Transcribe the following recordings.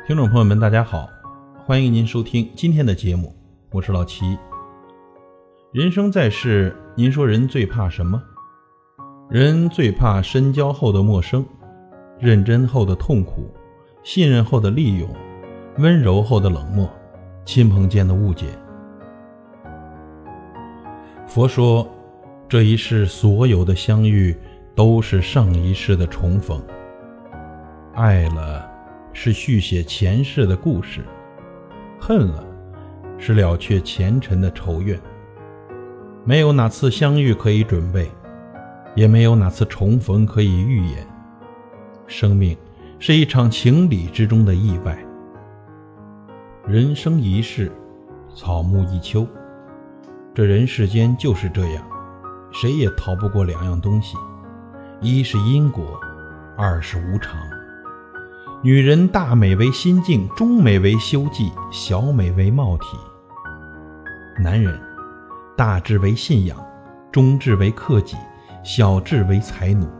听众朋友们大家好，欢迎您收听今天的节目，我是老齐。人生在世，您说人最怕什么？人最怕深交后的陌生，认真后的痛苦，信任后的利用，温柔后的冷漠，亲朋间的误解。佛说，这一世所有的相遇都是上一世的重逢，爱了是续写前世的故事，恨了是了却前尘的仇怨。没有哪次相遇可以准备，也没有哪次重逢可以预演。生命是一场情理之中的意外。人生一世，草木一秋，这人世间就是这样，谁也逃不过两样东西，一是因果，二是无常。女人大美为心境，中美为修己，小美为貌体。男人大智为信仰，中智为克己，小智为财奴。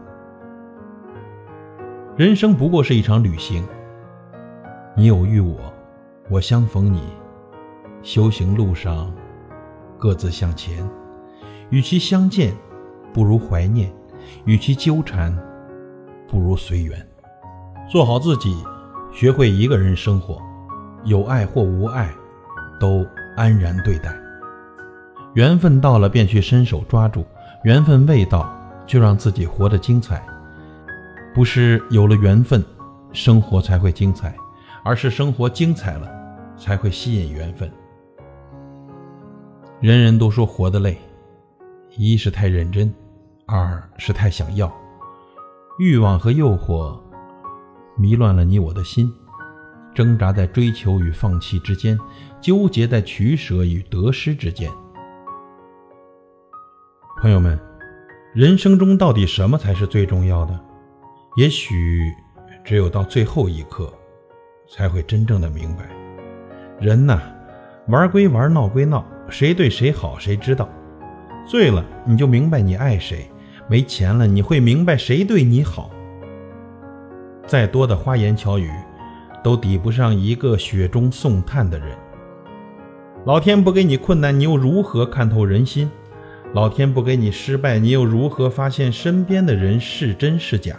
人生不过是一场旅行，你偶遇我，我相逢你，修行路上各自向前。与其相见，不如怀念；与其纠缠，不如随缘。做好自己，学会一个人生活，有爱或无爱，都安然对待。缘分到了便去伸手抓住，缘分未到就让自己活得精彩。不是有了缘分，生活才会精彩，而是生活精彩了，才会吸引缘分。人人都说活得累，一是太认真，二是太想要。欲望和诱惑迷乱了你我的心，挣扎在追求与放弃之间，纠结在取舍与得失之间。朋友们，人生中到底什么才是最重要的？也许只有到最后一刻才会真正的明白。人呐，玩归玩，闹归闹，谁对谁好谁知道。醉了你就明白你爱谁，没钱了你会明白谁对你好。再多的花言巧语都抵不上一个雪中送炭的人。老天不给你困难，你又如何看透人心？老天不给你失败，你又如何发现身边的人是真是假？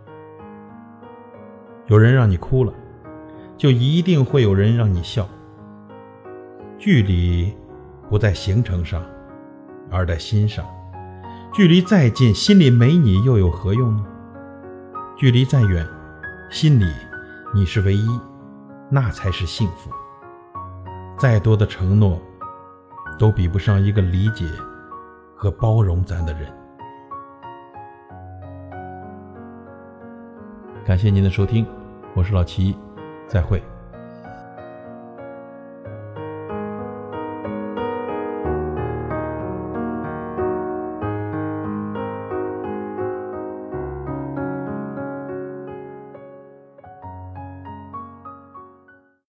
有人让你哭了，就一定会有人让你笑。距离不在行程上，而在心上。距离再近，心里没你又有何用呢？距离再远，心里你是唯一，那才是幸福。再多的承诺都比不上一个理解和包容咱的人。感谢您的收听，我是老齐，再会。